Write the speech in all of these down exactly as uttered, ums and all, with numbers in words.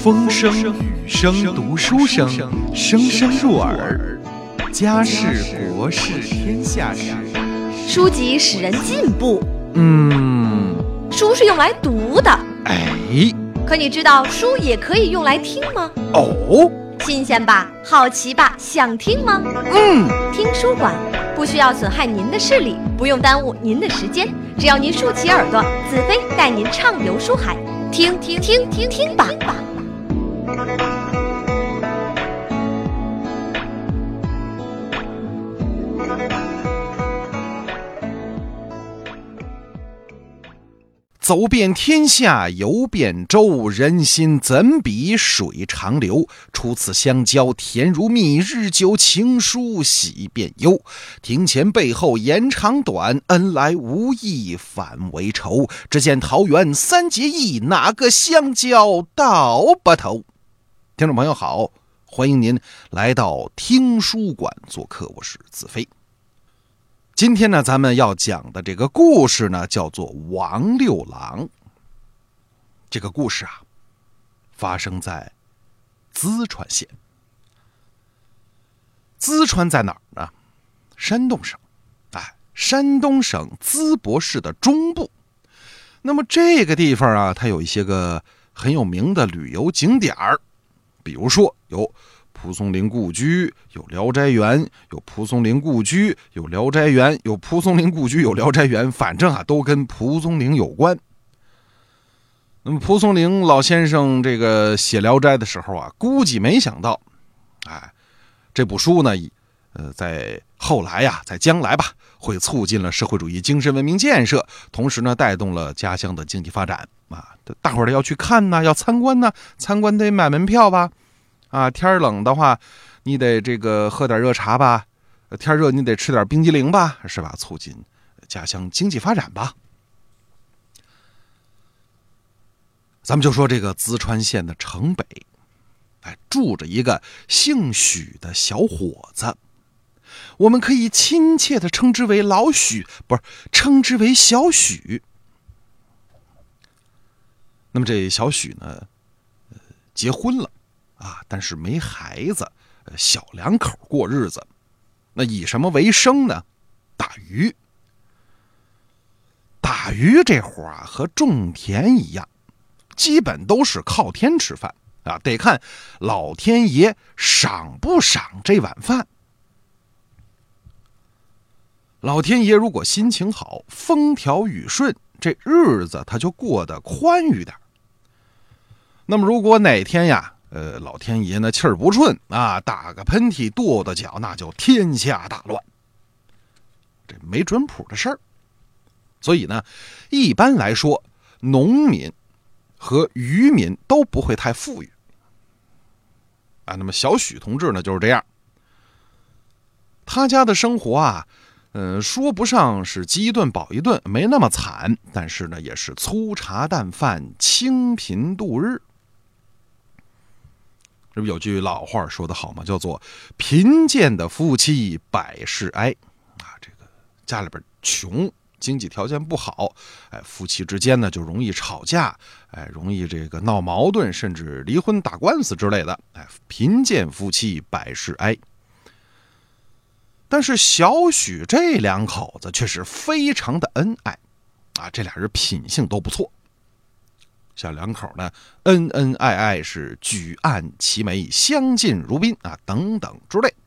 风声、雨声、读书声，声声入耳。家事国事天下事， 书籍使人进步。 嗯， 书是用来读的。 哎， 可你知道书也可以用来听吗？ 哦， 新鲜吧？好奇吧？想听吗？ 嗯， 听书馆不需要损害您的视力，不用耽误您的时间，只要您竖起耳朵，子飞带您畅游书海，听听听听听吧。 走遍天下，游遍洲，人心怎比水长流？初次相交，甜如蜜，日久情疏，喜变忧。庭前背后言长短，恩来无意反为仇。只见桃园三结义，哪个相交到不头？听众朋友好，欢迎您来到听书馆做客，我是子飞。今天呢，咱们要讲的这个故事呢，叫做王六郎。这个故事啊，发生在淄川县。淄川在哪儿呢？山东省，哎，山东省淄博市的中部。那么这个地方啊，它有一些个很有名的旅游景点儿，比如说有蒲松龄故居，有聊斋园，有蒲松龄故居，有聊斋园，有蒲松龄故居，有聊斋园，反正啊都跟蒲松龄有关。那么蒲松龄老先生这个写聊斋的时候啊，估计没想到，哎，这部书呢，呃，在后来呀、啊，在将来吧，会促进了社会主义精神文明建设，同时呢，带动了家乡的经济发展啊。大伙儿要去看呢，要参观呢，参观得买门票吧。啊，天冷的话，你得这个喝点热茶吧；天热你得吃点冰激凌吧，是吧？促进家乡经济发展吧。咱们就说这个淄川县的城北，哎，住着一个姓许的小伙子，我们可以亲切的称之为老许，不是称之为小许。那么这小许呢，呃，结婚了。啊，但是没孩子，小两口过日子。那以什么为生呢？打鱼。打鱼这活啊，和种田一样，基本都是靠天吃饭啊，得看老天爷赏不赏这碗饭。老天爷如果心情好，风调雨顺，这日子他就过得宽裕点。那么如果哪天呀，呃，老天爷呢气儿不顺啊，打个喷嚏跺跺脚，那就天下大乱，这没准谱的事儿。所以呢，一般来说，农民和渔民都不会太富裕啊。那么小许同志呢就是这样，他家的生活啊，呃，说不上是饥一顿饱一顿，没那么惨，但是呢，也是粗茶淡饭，清贫度日。这不有句老话说得好吗？叫做贫贱的夫妻百事哀啊。这个家里边穷，经济条件不好，哎，夫妻之间呢就容易吵架，哎，容易这个闹矛盾，甚至离婚打官司之类的。哎，贫贱夫妻百事哀。但是小许这两口子却是非常的恩爱啊，这俩人品性都不错。小两口呢，恩恩爱爱，是举案齐眉，相敬如宾啊，等等之类。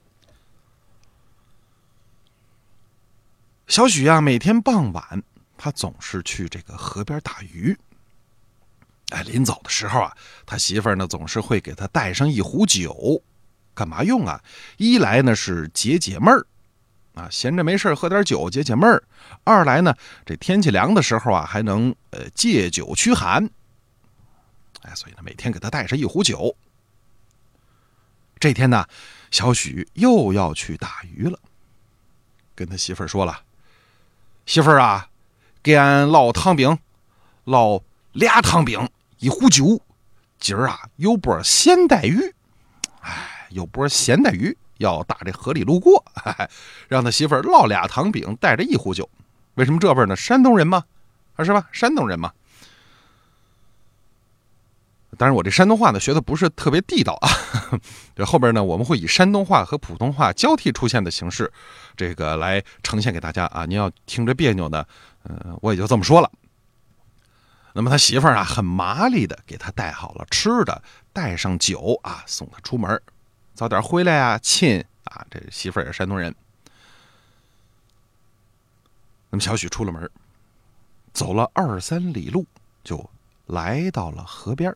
小许啊，每天傍晚，他总是去这个河边打鱼。哎，临走的时候啊，他媳妇儿呢总是会给他带上一壶酒，干嘛用啊？一来呢是解解闷儿，啊，闲着没事喝点酒解解闷儿；二来呢，这天气凉的时候啊，还能呃借酒驱寒。哎，所以呢，每天给他带上一壶酒。这天呢，小许又要去打鱼了，跟他媳妇儿说了：“媳妇儿啊，给俺烙汤饼，烙俩汤饼，一壶酒。今儿啊，有波咸带鱼，哎，有波咸带鱼。”要打这河里路过，哎，让他媳妇儿烙俩糖饼，带着一壶酒。为什么这味儿呢？山东人嘛，啊是吧？山东人嘛。 当然我这山东话呢学的不是特别地道啊，这后边呢我们会以山东话和普通话交替出现的形式，这个来呈现给大家啊。您要听着别扭呢，呃，我也就这么说了。那么他媳妇儿啊很麻利的给他带好了吃的，带上酒啊，送他出门，早点回来啊，亲啊，这媳妇儿也是山东人。那么小许出了门，走了二三里路，就来到了河边。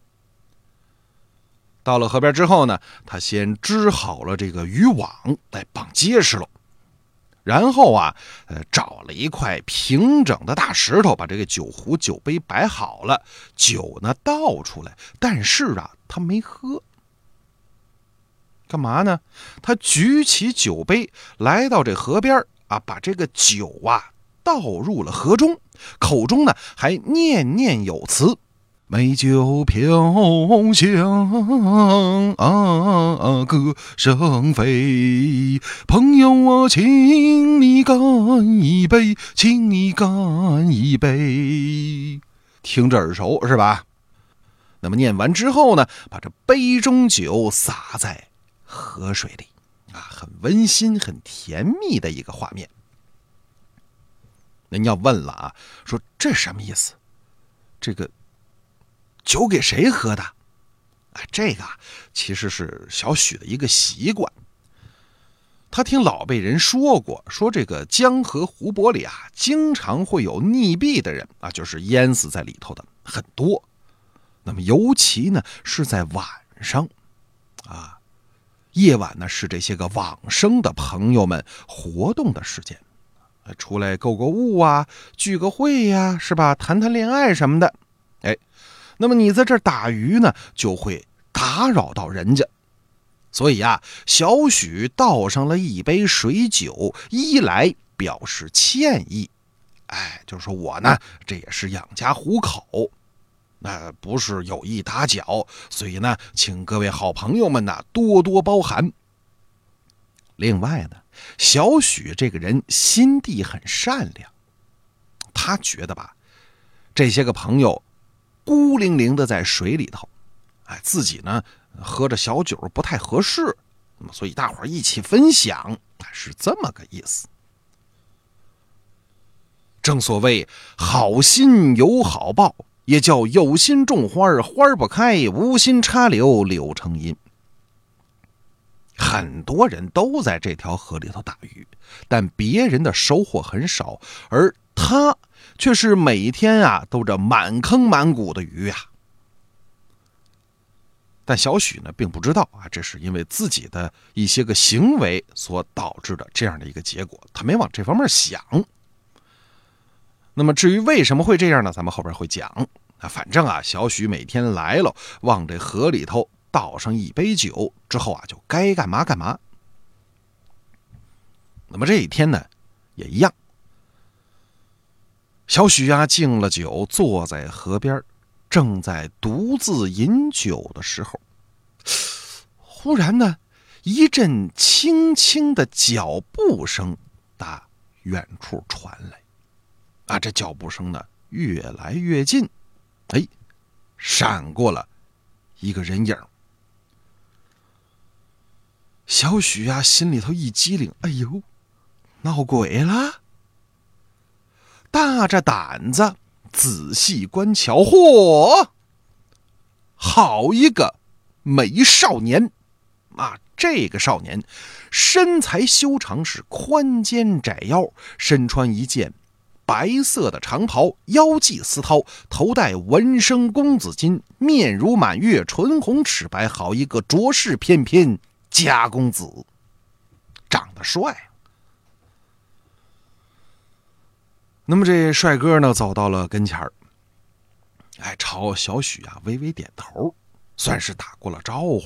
到了河边之后呢，他先织好了这个渔网来绑结实了，然后啊，呃，找了一块平整的大石头，把这个酒壶、酒杯摆好了，酒呢倒出来，但是啊，他没喝。干嘛呢？他举起酒杯，来到这河边啊，把这个酒啊倒入了河中，口中呢还念念有词。美酒飘香啊，歌声飞，朋友啊，请你干一杯，请你干一杯。听着耳熟是吧？那么念完之后呢，把这杯中酒洒在河水里啊，很温馨很甜蜜的一个画面。那你要问了啊，说这什么意思？这个酒给谁喝的？哎，这个啊，其实是小许的一个习惯。他听老辈人说过，说这个江河湖泊里啊，经常会有溺毙的人啊，就是淹死在里头的很多。那么尤其呢是在晚上啊，夜晚呢是这些个往生的朋友们活动的时间，出来购购物啊，聚个会呀、啊，是吧？谈谈恋爱什么的。哎，那么你在这儿打鱼呢，就会打扰到人家。所以啊，小许倒上了一杯水酒，一来表示歉意，哎，就是说我呢，这也是养家糊口，那、呃、不是有意打搅，所以呢，请各位好朋友们呢多多包涵。另外呢，小许这个人心地很善良，他觉得吧，这些个朋友孤零零的在水里头，哎，自己呢喝着小酒不太合适，那么所以大伙儿一起分享，是这么个意思。正所谓好心有好报，也叫有心种花花不开，无心插柳柳成荫。很多人都在这条河里头打鱼，但别人的收获很少，而他却是每天啊都这满坑满谷的鱼啊。但小许呢并不知道啊，这是因为自己的一些个行为所导致的这样的一个结果，他没往这方面想。那么至于为什么会这样呢，咱们后边会讲啊。反正啊，小许每天来了，往这河里头倒上一杯酒之后啊，就该干嘛干嘛。那么这一天呢也一样，小许啊敬了酒，坐在河边，正在独自饮酒的时候，忽然呢一阵轻轻的脚步声打远处传来啊，这脚步声呢越来越近，哎，闪过了一个人影。小许啊心里头一激灵，哎呦，闹鬼了！大着胆子仔细观瞧，嚯，好一个美少年啊！这个少年身材修长，是宽肩窄腰，身穿一件白色的长袍，腰系丝绦，头戴文生公子巾，面如满月，唇红齿白，好一个卓氏翩翩家公子，长得帅。那么这帅哥呢走到了跟前儿，哎，朝小许啊微微点头，算是打过了招呼。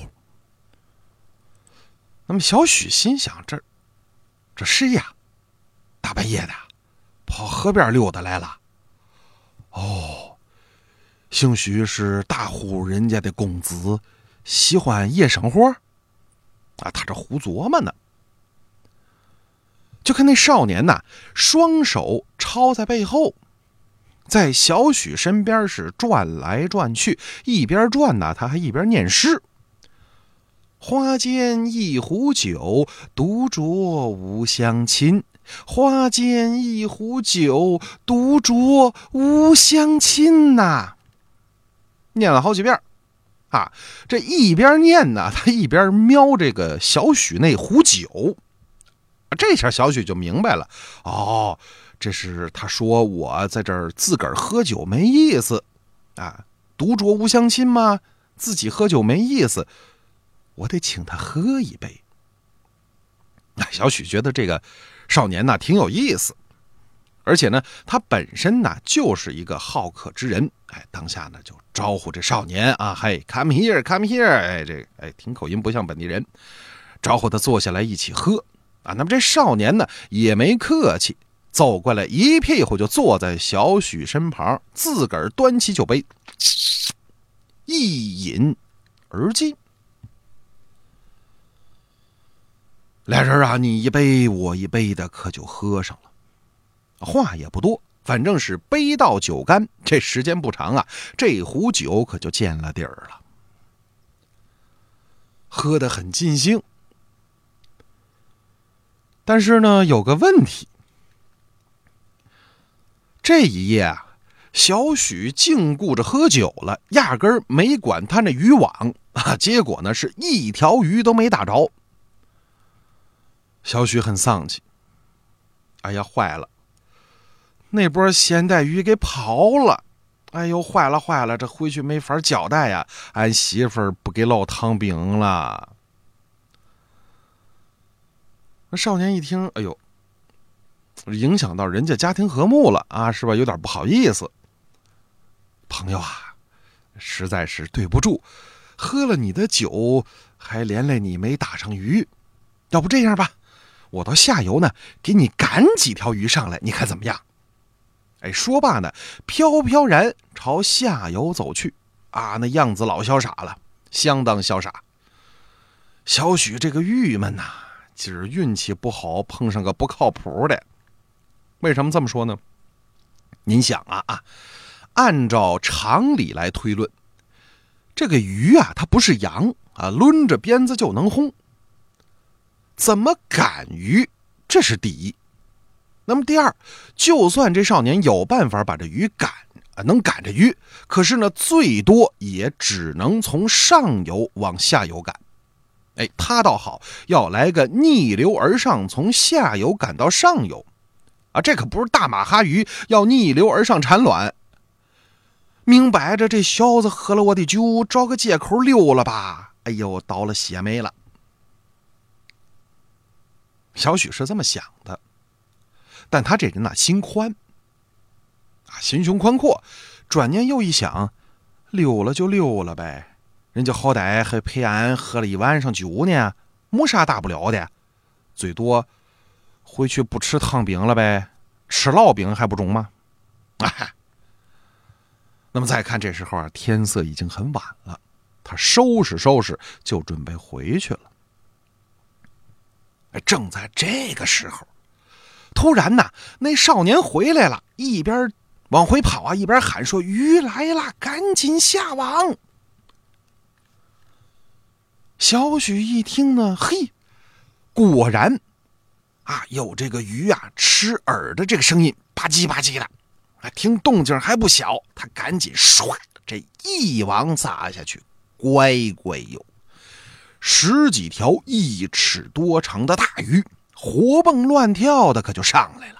那么小许心想，这这谁呀？大半夜的跑河边溜达来了。哦，兴许是大户人家的公子喜欢夜生活啊，他这胡琢磨呢。就看那少年呐，双手抄在背后在小许身边是转来转去，一边转呢，他还一边念诗。花间一壶酒，独酌无相亲。花间一壶酒，独酌无相亲呐。念了好几遍啊，这一边念呢，他一边瞄这个小许那壶酒。这下小许就明白了，哦，这是他说我在这儿自个儿喝酒没意思啊，独酌无相亲吗？自己喝酒没意思，我得请他喝一杯。小许觉得这个少年呢挺有意思，而且呢他本身呢就是一个好客之人，哎，当下呢就招呼这少年啊，嘿 ，come here come here， 哎，这哎听口音不像本地人，招呼他坐下来一起喝啊。那么这少年呢也没客气，走过来一屁股就坐在小许身旁，自个儿端起酒杯，一饮而尽。俩人啊，你一杯我一杯的，可就喝上了。话也不多，反正是杯到酒干。这时间不长啊，这壶酒可就见了底儿了，喝得很尽兴。但是呢，有个问题，这一夜啊，小许净顾着喝酒了，压根儿没管他那渔网啊，结果呢是一条鱼都没打着。小许很丧气，哎呀，坏了，那波咸带鱼给跑了，哎呦，坏了坏了，这回去没法交代呀，俺媳妇儿不给烙汤饼了。那少年一听，哎呦，影响到人家家庭和睦了啊，是吧？有点不好意思。朋友啊，实在是对不住，喝了你的酒，还连累你没打上鱼。要不这样吧，我到下游呢，给你赶几条鱼上来，你看怎么样？哎，说罢呢，飘飘然朝下游走去啊，那样子老潇洒了，相当潇洒。小许这个郁闷呐、啊，今儿运气不好，碰上个不靠谱的。为什么这么说呢？您想啊啊，按照常理来推论，这个鱼啊，它不是羊啊，抡着鞭子就能轰。怎么赶鱼？这是第一。那么第二，就算这少年有办法把这鱼赶，能赶着鱼，可是呢，最多也只能从上游往下游赶。哎，他倒好，要来个逆流而上，从下游赶到上游啊！这可不是大马哈鱼要逆流而上产卵。明摆着这小子喝了我的酒，找个借口溜了吧？哎呦，倒了血霉了。小许是这么想的，但他这人呐，心宽啊，心胸宽阔。转念又一想，溜了就溜了呗，人家好歹还陪俺喝了一晚上酒呢，没啥大不了的，最多回去不吃汤饼了呗，吃烙饼还不中吗？哎，那么再看这时候啊，天色已经很晚了，他收拾收拾就准备回去了。正在这个时候，突然呢，那少年回来了，一边往回跑啊，一边喊说：“鱼来了，赶紧下网！”小许一听呢，嘿，果然啊，有这个鱼啊吃饵的这个声音，吧唧吧唧的，啊，听动静还不小。他赶紧唰，这一网撒下去，乖乖有十几条一尺多长的大鱼，活蹦乱跳的，可就上来了。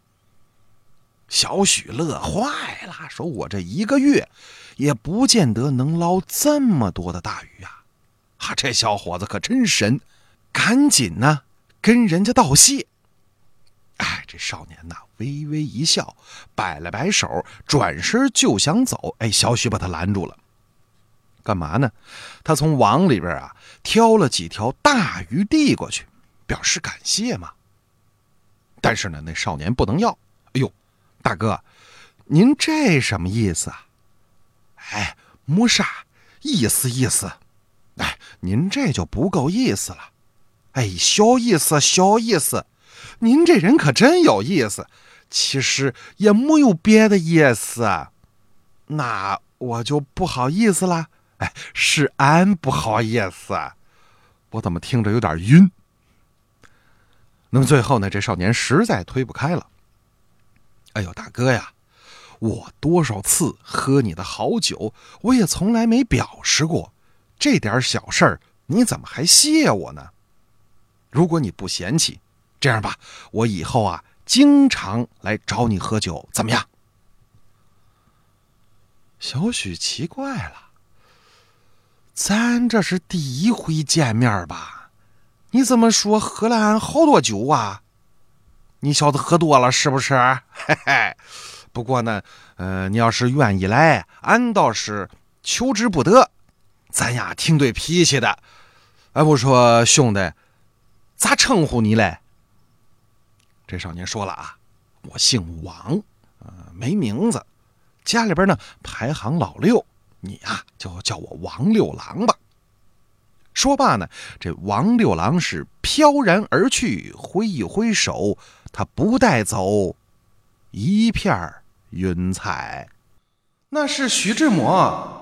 小许乐坏了，说：“我这一个月也不见得能捞这么多的大鱼啊！啊，这小伙子可真神！”赶紧呢跟人家道谢。哎，这少年呐微微一笑，摆了摆手，转身就想走。哎，小许把他拦住了。干嘛呢？他从网里边啊挑了几条大鱼递过去，表示感谢嘛。但是呢，那少年不能要。哎呦，大哥，您这什么意思啊？哎，没啥意思意思。哎，您这就不够意思了。哎，小意思小意思，您这人可真有意思。 其实也没有别的意思。那我就不好意思啦。哎，是俺不好意思，我怎么听着有点晕？那么最后呢，这少年实在推不开了。哎呦，大哥呀，我多少次喝你的好酒，我也从来没表示过，这点小事儿你怎么还谢我呢？如果你不嫌弃，这样吧，我以后啊经常来找你喝酒，怎么样？小许奇怪了，咱这是第一回见面吧？你怎么说喝了俺好多酒啊？你小子喝多了是不是？嘿嘿。不过呢，呃，你要是愿意来，俺倒是求之不得。咱呀挺对脾气的。哎，我说兄弟，咋称呼你嘞？这少年说了啊，我姓王，呃，没名字，家里边呢排行老六，你啊就叫我王六郎吧。说罢呢，这王六郎是飘然而去，挥一挥手，他不带走一片云彩。那是徐志摩